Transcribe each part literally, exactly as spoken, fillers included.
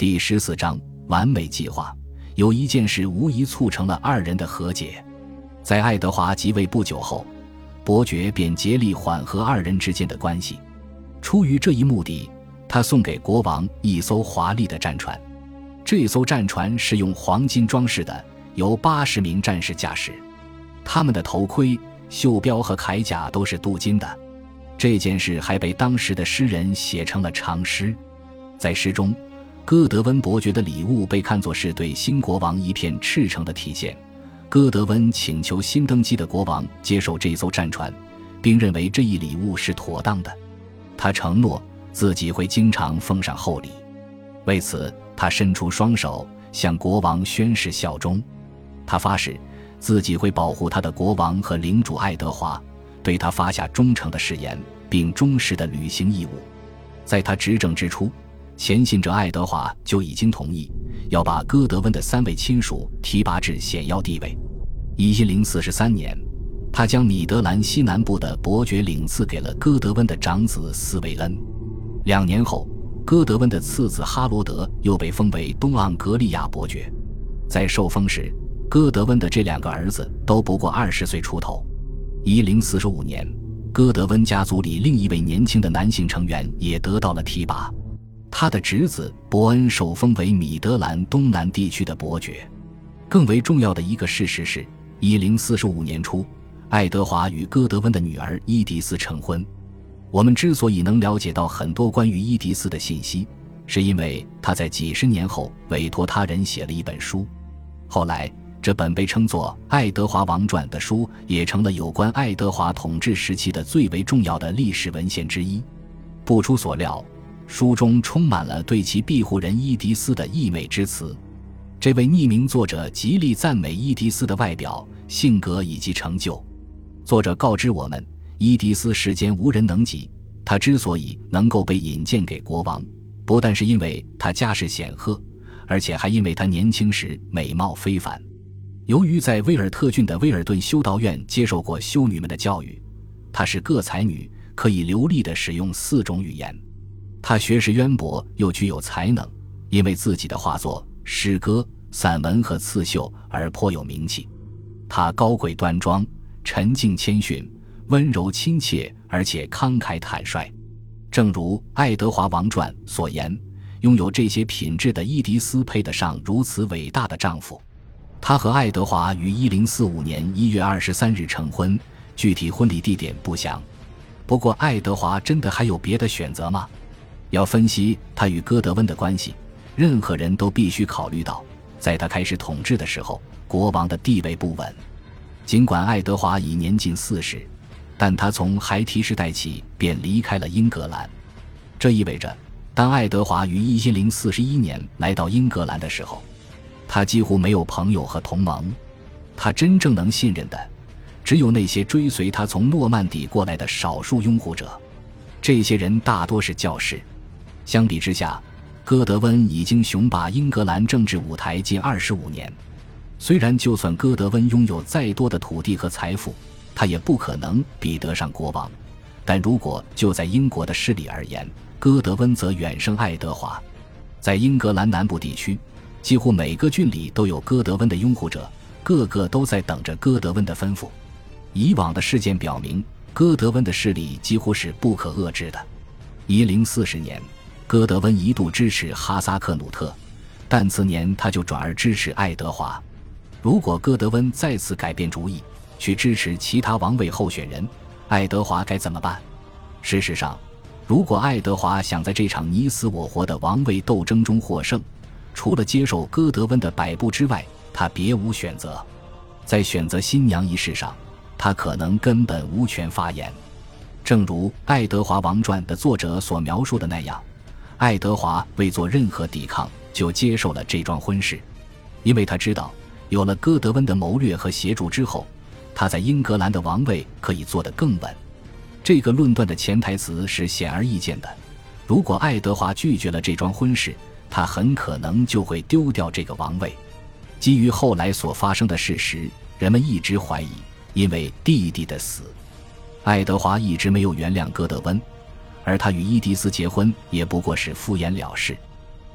第十四章完美计划。有一件事无疑促成了二人的和解。在爱德华即位不久后，伯爵便竭力缓和二人之间的关系。出于这一目的，他送给国王一艘华丽的战船。这艘战船是用黄金装饰的，由八十名战士驾驶，他们的头盔、袖标和铠甲都是镀金的。这件事还被当时的诗人写成了长诗。在诗中，哥德温伯爵的礼物被看作是对新国王一片赤诚的体现。哥德温请求新登基的国王接受这艘战船，并认为这一礼物是妥当的。他承诺自己会经常奉上厚礼。为此，他伸出双手向国王宣誓效忠。他发誓自己会保护他的国王和领主爱德华，对他发下忠诚的誓言，并忠实地履行义务。在他执政之初，前信者爱德华就已经同意要把哥德温的三位亲属提拔至显要地位。一零四三年，他将米德兰西南部的伯爵领赐给了哥德温的长子斯维恩。两年后，哥德温的次子哈罗德又被封为东盎格利亚伯爵。在受封时，哥德温的这两个儿子都不过二十岁出头。一零四五年，哥德温家族里另一位年轻的男性成员也得到了提拔。他的侄子伯恩受封为米德兰东南地区的伯爵。更为重要的一个事实是，一零四五年初，爱德华与哥德温的女儿伊迪丝成婚。我们之所以能了解到很多关于伊迪丝的信息，是因为他在几十年后委托他人写了一本书。后来，这本被称作《爱德华王传》的书也成了有关爱德华统治时期的最为重要的历史文献之一。不出所料，书中充满了对其庇护人伊迪丝的溢美之词。这位匿名作者极力赞美伊迪丝的外表、性格以及成就。作者告知我们，伊迪丝世间无人能及，他之所以能够被引荐给国王，不但是因为他家世显赫，而且还因为他年轻时美貌非凡。由于在威尔特郡的威尔顿修道院接受过修女们的教育，她是个才女，可以流利地使用四种语言。她学识渊博又具有才能，因为自己的画作、诗歌、散文和刺绣而颇有名气。她高贵端庄，沉静谦逊，温柔亲切，而且慷慨坦率。正如《爱德华王传》所言，拥有这些品质的伊迪丝配得上如此伟大的丈夫。她和爱德华于一零四五年一月二十三日成婚，具体婚礼地点不详。不过爱德华真的还有别的选择吗？要分析他与哥德温的关系，任何人都必须考虑到，在他开始统治的时候，国王的地位不稳。尽管爱德华已年近四十，但他从孩提时代起便离开了英格兰。这意味着，当爱德华于一零四一年来到英格兰的时候，他几乎没有朋友和同盟。他真正能信任的，只有那些追随他从诺曼底过来的少数拥护者。这些人大多是教士。相比之下，哥德温已经雄霸英格兰政治舞台近二十五年。虽然就算哥德温拥有再多的土地和财富，他也不可能比得上国王。但如果就在英国的势力而言，哥德温则远胜爱德华。在英格兰南部地区，几乎每个郡里都有哥德温的拥护者，个个都在等着哥德温的吩咐。以往的事件表明，哥德温的势力几乎是不可遏制的。一零四零年，哥德温一度支持哈萨克努特，但次年他就转而支持爱德华。如果哥德温再次改变主意，去支持其他王位候选人，爱德华该怎么办？事实上，如果爱德华想在这场你死我活的王位斗争中获胜，除了接受哥德温的摆布之外，他别无选择。在选择新娘一事上，他可能根本无权发言。正如《爱德华王传》的作者所描述的那样，爱德华未做任何抵抗就接受了这桩婚事，因为他知道有了哥德温的谋略和协助之后，他在英格兰的王位可以坐得更稳。这个论断的潜台词是显而易见的，如果爱德华拒绝了这桩婚事，他很可能就会丢掉这个王位。基于后来所发生的事实，人们一直怀疑，因为弟弟的死，爱德华一直没有原谅哥德温，而他与伊迪丝结婚也不过是敷衍了事。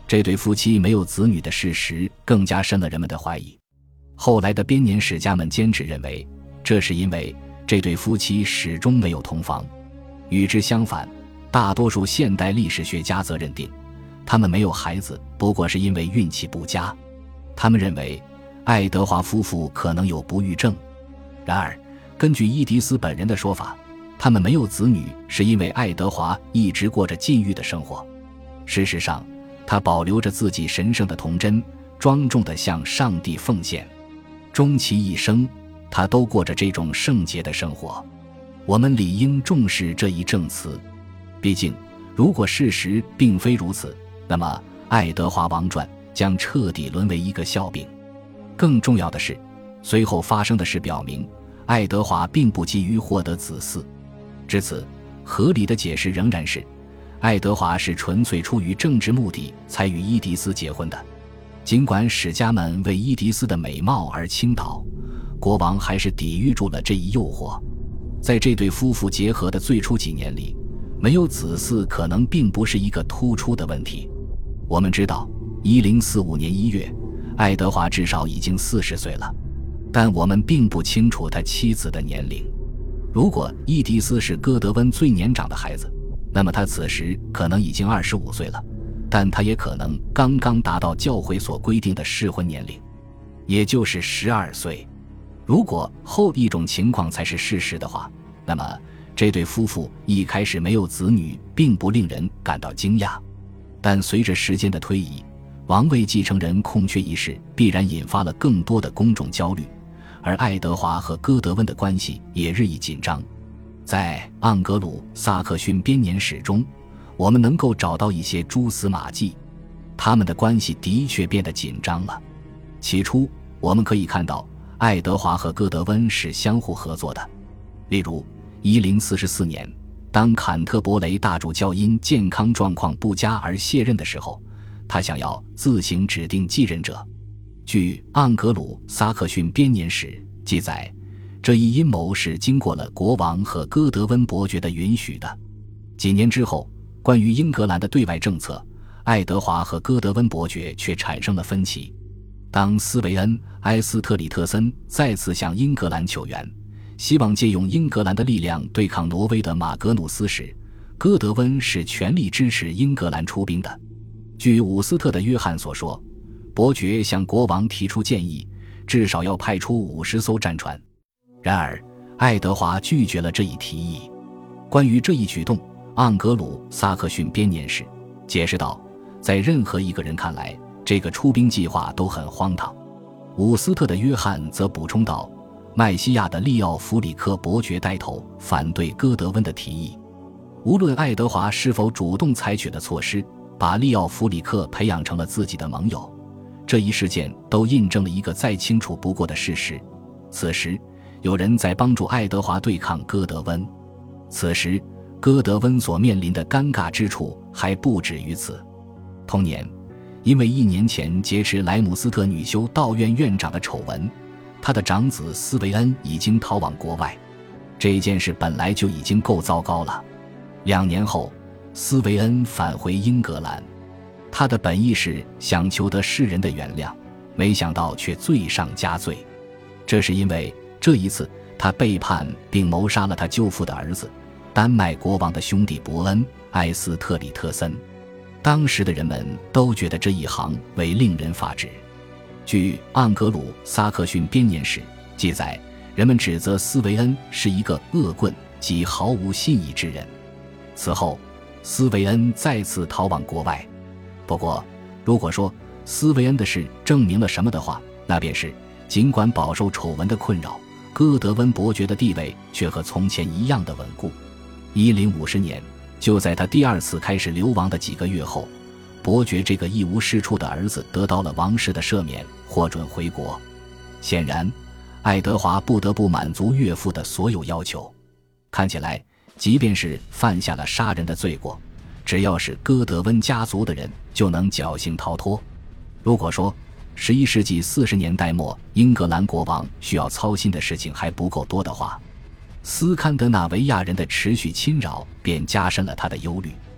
这对夫妻没有子女的事实更加深了人们的怀疑。后来的编年史家们坚持认为，这是因为这对夫妻始终没有同房。与之相反，大多数现代历史学家则认定，他们没有孩子不过是因为运气不佳。他们认为爱德华夫妇可能有不育症。然而根据伊迪丝本人的说法，他们没有子女是因为爱德华一直过着禁欲的生活。事实上，他保留着自己神圣的童真，庄重地向上帝奉献。终其一生，他都过着这种圣洁的生活。我们理应重视这一证词。毕竟，如果事实并非如此，那么爱德华王传将彻底沦为一个笑柄。更重要的是，随后发生的事表明，爱德华并不急于获得子嗣。至此，合理的解释仍然是，爱德华是纯粹出于政治目的才与伊迪丝结婚的。尽管史家们为伊迪丝的美貌而倾倒，国王还是抵御住了这一诱惑。在这对夫妇结合的最初几年里，没有子嗣可能并不是一个突出的问题。我们知道一零四五年一月，爱德华至少已经四十岁了，但我们并不清楚他妻子的年龄。如果伊迪丝是戈德温最年长的孩子，那么他此时可能已经二十五岁了，但他也可能刚刚达到教会所规定的适婚年龄，也就是十二岁。如果后一种情况才是事实的话，那么这对夫妇一开始没有子女并不令人感到惊讶。但随着时间的推移，王位继承人空缺一事必然引发了更多的公众焦虑，而爱德华和戈德温的关系也日益紧张。在盎格鲁撒克逊编年史中，我们能够找到一些蛛丝马迹，他们的关系的确变得紧张了。起初我们可以看到爱德华和戈德温是相互合作的。例如一零四四年，当坎特伯雷大主教因健康状况不佳而卸任的时候，他想要自行指定继任者。据盎格鲁撒克逊编年史记载，这一阴谋是经过了国王和戈德温伯爵的允许的。几年之后，关于英格兰的对外政策，爱德华和戈德温伯爵却产生了分歧。当斯维恩·埃斯特里特森再次向英格兰求援，希望借用英格兰的力量对抗挪威的马格努斯时，戈德温是全力支持英格兰出兵的。据伍斯特的约翰所说，伯爵向国王提出建议，至少要派出五十艘战船。然而爱德华拒绝了这一提议。关于这一举动，盎格鲁撒克逊编年史解释道，在任何一个人看来，这个出兵计划都很荒唐。伍斯特的约翰则补充道，麦西亚的利奥弗里克伯爵带头反对戈德温的提议。无论爱德华是否主动采取了措施，把利奥弗里克培养成了自己的盟友，这一事件都印证了一个再清楚不过的事实：此时有人在帮助爱德华对抗戈德温。此时戈德温所面临的尴尬之处还不止于此。同年，因为一年前劫持莱姆斯特女修道院院长的丑闻，他的长子斯维恩已经逃往国外。这件事本来就已经够糟糕了。两年后，斯维恩返回英格兰，他的本意是想求得世人的原谅，没想到却罪上加罪。这是因为这一次他背叛并谋杀了他舅父的儿子，丹麦国王的兄弟伯恩·埃斯特里特森。当时的人们都觉得这一行为令人发指。据盎格鲁撒克逊编年史记载，人们指责斯维恩是一个恶棍及毫无信义之人。此后斯维恩再次逃往国外。不过如果说斯维恩的事证明了什么的话，那便是尽管饱受丑闻的困扰，戈德温伯爵的地位却和从前一样的稳固。一零五零年，就在他第二次开始流亡的几个月后，伯爵这个一无是处的儿子得到了王室的赦免，获准回国。显然爱德华不得不满足岳父的所有要求。看起来即便是犯下了杀人的罪过，只要是戈德温家族的人就能侥幸逃脱。如果说十一世纪四十年代末英格兰国王需要操心的事情还不够多的话，斯堪的纳维亚人的持续侵扰便加深了他的忧虑。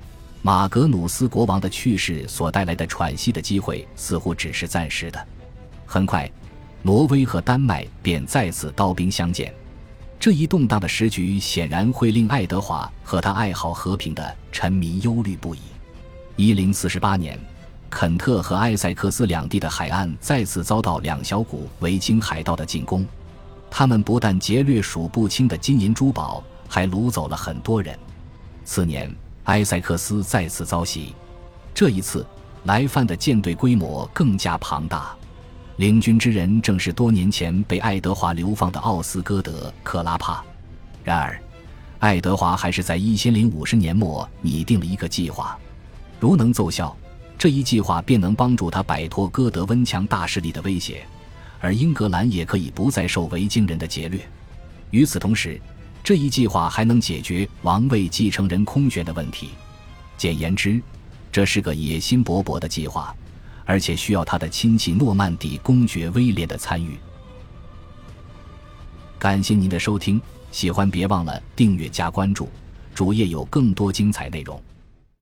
马格努斯国王的去世所带来的喘息的机会似乎只是暂时的。很快，挪威和丹麦便再次刀兵相见。这一动荡的时局显然会令爱德华和他爱好和平的臣民忧虑不已。一零四八年，肯特和埃塞克斯两地的海岸再次遭到两小股维京海盗的进攻，他们不但劫掠数不清的金银珠宝，还掳走了很多人。次年，埃塞克斯再次遭袭，这一次来犯的舰队规模更加庞大，领军之人正是多年前被爱德华流放的奥斯哥德克拉帕。然而，爱德华还是在一千零五十年末拟定了一个计划，如能奏效，这一计划便能帮助他摆脱哥德温强大势力的威胁，而英格兰也可以不再受维京人的劫掠。与此同时，这一计划还能解决王位继承人空悬的问题。简言之，这是个野心勃勃的计划，而且需要他的亲戚诺曼底公爵威廉的参与。感谢您的收听，喜欢别忘了订阅加关注，主页有更多精彩内容。